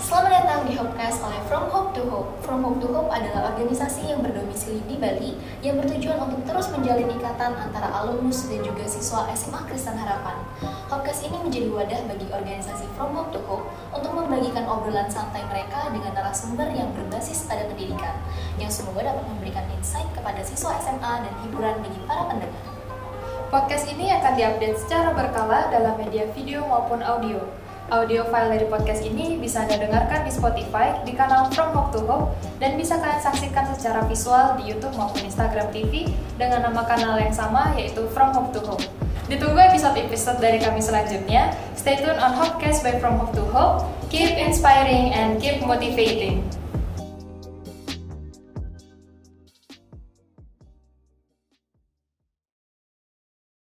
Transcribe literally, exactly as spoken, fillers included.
Selamat datang di Hopecast oleh From Hope to Hope. From Hope to Hope adalah organisasi yang berdomisili di Bali yang bertujuan untuk terus menjalin ikatan antara alumnus dan juga siswa S M A Kristen Harapan. Hopecast ini menjadi wadah bagi organisasi From Hope to Hope untuk membagikan obrolan santai mereka dengan narasumber yang berbasis pada pendidikan, yang semoga dapat memberikan insight kepada siswa S M A dan hiburan bagi para pendengar. Podcast ini akan diupdate secara berkala dalam media video maupun audio. Audio file dari podcast ini bisa Anda dengarkan di Spotify di kanal From Hope to Hope dan bisa kalian saksikan secara visual di YouTube maupun Instagram T V dengan nama kanal yang sama yaitu From Hope to Hope. Ditunggu episode-episode dari kami selanjutnya. Stay tuned on Hopecast by From Hope to Hope. Keep inspiring and keep motivating.